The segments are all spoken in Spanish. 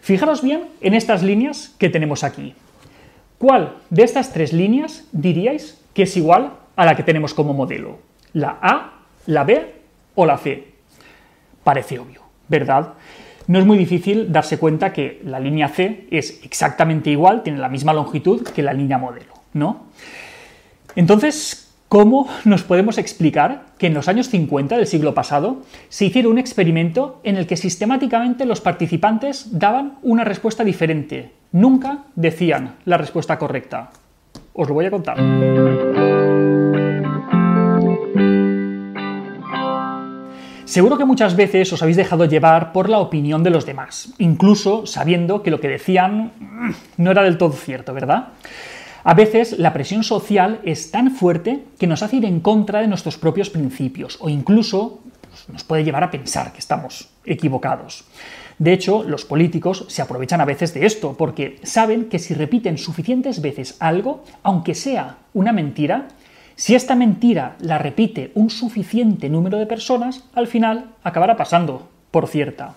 Fijaros bien en estas líneas que tenemos aquí. ¿Cuál de estas tres líneas diríais que es igual a la que tenemos como modelo? ¿La A, la B o la C? Parece obvio, ¿verdad? No es muy difícil darse cuenta que la línea C es exactamente igual, tiene la misma longitud que la línea modelo, ¿no? Entonces, ¿cómo nos podemos explicar que en los años 50 del siglo pasado se hiciera un experimento en el que sistemáticamente los participantes daban una respuesta diferente? Nunca decían la respuesta correcta. Os lo voy a contar. Seguro que muchas veces os habéis dejado llevar por la opinión de los demás, incluso sabiendo que lo que decían no era del todo cierto, ¿verdad? A veces la presión social es tan fuerte que nos hace ir en contra de nuestros propios principios o incluso nos puede llevar a pensar que estamos equivocados. De hecho, los políticos se aprovechan a veces de esto porque saben que si repiten suficientes veces algo, aunque sea una mentira, si esta mentira la repite un suficiente número de personas, al final acabará pasando por cierta.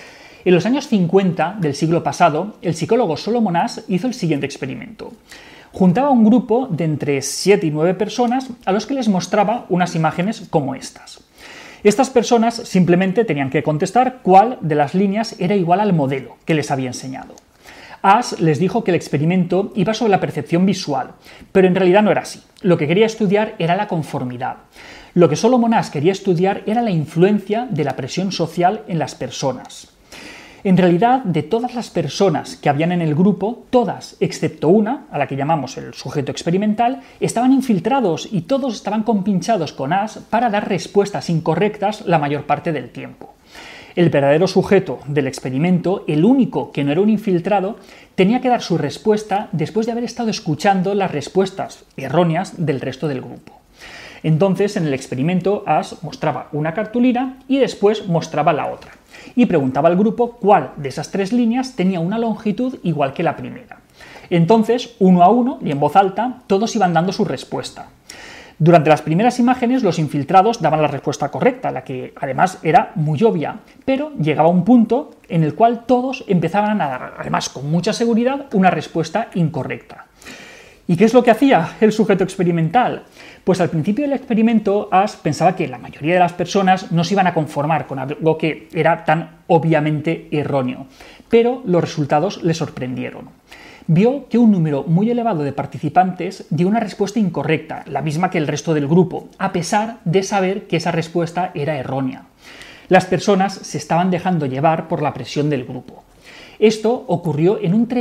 En los años 50 del siglo pasado, el psicólogo Solomon Asch hizo el siguiente experimento. Juntaba un grupo de entre 7 y 9 personas a los que les mostraba unas imágenes como estas. Estas personas simplemente tenían que contestar cuál de las líneas era igual al modelo que les había enseñado. Asch les dijo que el experimento iba sobre la percepción visual, pero en realidad no era así. Lo que quería estudiar era la conformidad. Lo que Solomon Asch quería estudiar era la influencia de la presión social en las personas. En realidad, de todas las personas que habían en el grupo, todas, excepto una, a la que llamamos el sujeto experimental, estaban infiltrados y todos estaban compinchados con Asch para dar respuestas incorrectas la mayor parte del tiempo. El verdadero sujeto del experimento, el único que no era un infiltrado, tenía que dar su respuesta después de haber estado escuchando las respuestas erróneas del resto del grupo. Entonces, en el experimento, Asch mostraba una cartulina y después mostraba la otra. Y preguntaba al grupo cuál de esas tres líneas tenía una longitud igual que la primera. Entonces, uno a uno y en voz alta, todos iban dando su respuesta. Durante las primeras imágenes, los infiltrados daban la respuesta correcta, la que además era muy obvia, pero llegaba un punto en el cual todos empezaban a dar, además con mucha seguridad, una respuesta incorrecta. ¿Y qué es lo que hacía el sujeto experimental? Pues al principio del experimento, Asch pensaba que la mayoría de las personas no se iban a conformar con algo que era tan obviamente erróneo, pero los resultados le sorprendieron. Vio que un número muy elevado de participantes dio una respuesta incorrecta, la misma que el resto del grupo, a pesar de saber que esa respuesta era errónea. Las personas se estaban dejando llevar por la presión del grupo. Esto ocurrió en un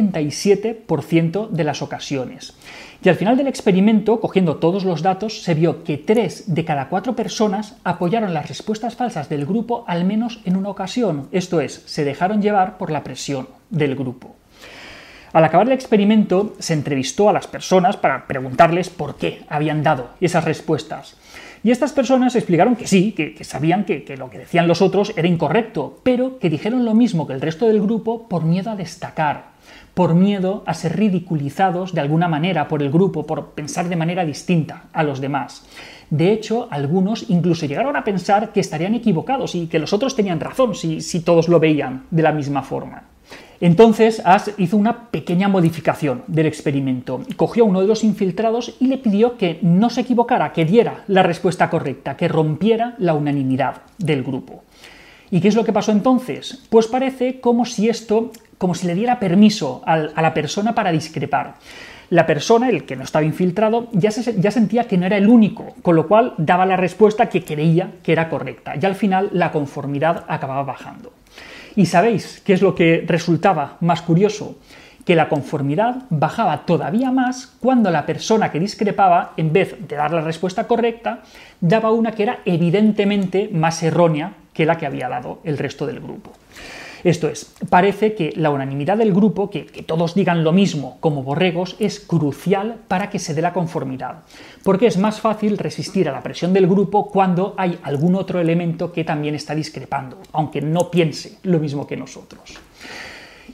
37% de las ocasiones. Y al final del experimento, cogiendo todos los datos, se vio que 3 de cada 4 personas apoyaron las respuestas falsas del grupo al menos en una ocasión, esto es, se dejaron llevar por la presión del grupo. Al acabar el experimento, se entrevistó a las personas para preguntarles por qué habían dado esas respuestas. Y estas personas explicaron que sí, que sabían que lo que decían los otros era incorrecto, pero que dijeron lo mismo que el resto del grupo por miedo a destacar, por miedo a ser ridiculizados de alguna manera por el grupo, por pensar de manera distinta a los demás. De hecho, algunos incluso llegaron a pensar que estarían equivocados y que los otros tenían razón si todos lo veían de la misma forma. Entonces Asch hizo una pequeña modificación del experimento. Cogió a uno de los infiltrados y le pidió que no se equivocara, que diera la respuesta correcta, que rompiera la unanimidad del grupo. ¿Y qué es lo que pasó entonces? Pues parece como si le diera permiso a la persona para discrepar. La persona, el que no estaba infiltrado, ya sentía que no era el único, con lo cual daba la respuesta que creía que era correcta. Y al final la conformidad acababa bajando. ¿Y sabéis qué es lo que resultaba más curioso? Que la conformidad bajaba todavía más cuando la persona que discrepaba, en vez de dar la respuesta correcta, daba una que era evidentemente más errónea que la que había dado el resto del grupo. Esto es, parece que la unanimidad del grupo, que todos digan lo mismo como borregos, es crucial para que se dé la conformidad, porque es más fácil resistir a la presión del grupo cuando hay algún otro elemento que también está discrepando, aunque no piense lo mismo que nosotros.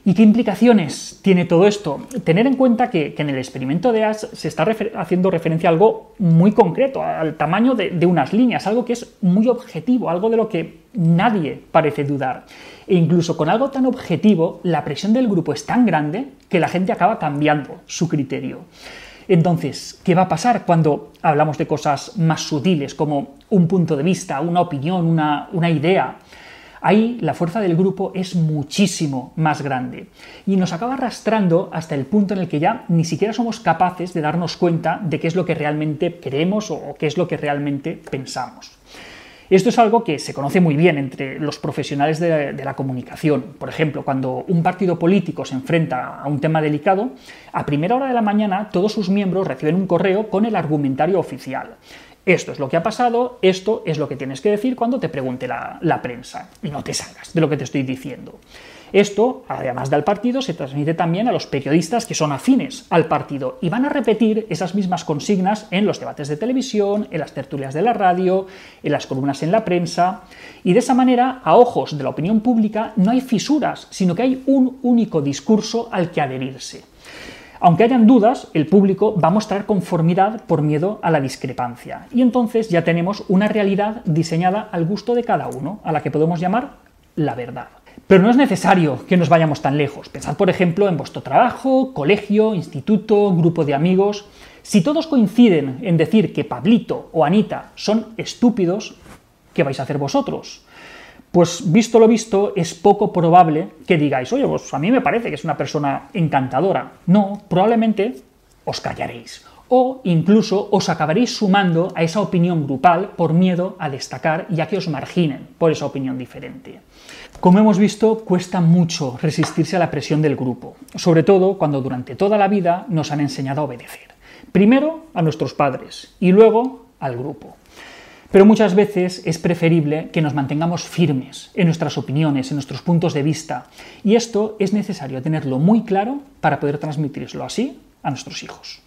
¿Y qué implicaciones tiene todo esto? Tener en cuenta que en el experimento de Asch se está haciendo referencia a algo muy concreto, al tamaño de unas líneas, algo que es muy objetivo, algo de lo que nadie parece dudar. E incluso con algo tan objetivo, la presión del grupo es tan grande que la gente acaba cambiando su criterio. Entonces, ¿qué va a pasar cuando hablamos de cosas más sutiles, como un punto de vista, una opinión, una idea? Ahí la fuerza del grupo es muchísimo más grande y nos acaba arrastrando hasta el punto en el que ya ni siquiera somos capaces de darnos cuenta de qué es lo que realmente queremos o qué es lo que realmente pensamos. Esto es algo que se conoce muy bien entre los profesionales de la comunicación. Por ejemplo, cuando un partido político se enfrenta a un tema delicado, a primera hora de la mañana todos sus miembros reciben un correo con el argumentario oficial. Esto es lo que ha pasado, esto es lo que tienes que decir cuando te pregunte la prensa. Y no te salgas de lo que te estoy diciendo. Esto, además del partido, se transmite también a los periodistas que son afines al partido y van a repetir esas mismas consignas en los debates de televisión, en las tertulias de la radio, en las columnas en la prensa. Y de esa manera, a ojos de la opinión pública, no hay fisuras, sino que hay un único discurso al que adherirse. Aunque hayan dudas, el público va a mostrar conformidad por miedo a la discrepancia. Y entonces ya tenemos una realidad diseñada al gusto de cada uno, a la que podemos llamar la verdad. Pero no es necesario que nos vayamos tan lejos. Pensad, por ejemplo, en vuestro trabajo, colegio, instituto, grupo de amigos. Si todos coinciden en decir que Pablito o Anita son estúpidos, ¿qué vais a hacer vosotros? Pues visto lo visto, es poco probable que digáis, oye, pues a mí me parece que es una persona encantadora. No, probablemente os callaréis. O incluso os acabaréis sumando a esa opinión grupal por miedo a destacar y a que os marginen por esa opinión diferente. Como hemos visto, cuesta mucho resistirse a la presión del grupo, sobre todo cuando durante toda la vida nos han enseñado a obedecer. Primero a nuestros padres y luego al grupo. Pero muchas veces es preferible que nos mantengamos firmes en nuestras opiniones, en nuestros puntos de vista, y esto es necesario tenerlo muy claro para poder transmitírselo así a nuestros hijos.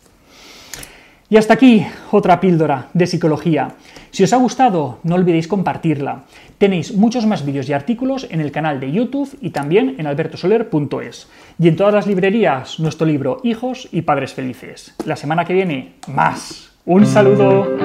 Y hasta aquí otra píldora de psicología. Si os ha gustado, no olvidéis compartirla. Tenéis muchos más vídeos y artículos en el canal de YouTube y también en albertosoler.es. Y en todas las librerías, nuestro libro Hijos y Padres Felices. La semana que viene, más. ¡Un saludo!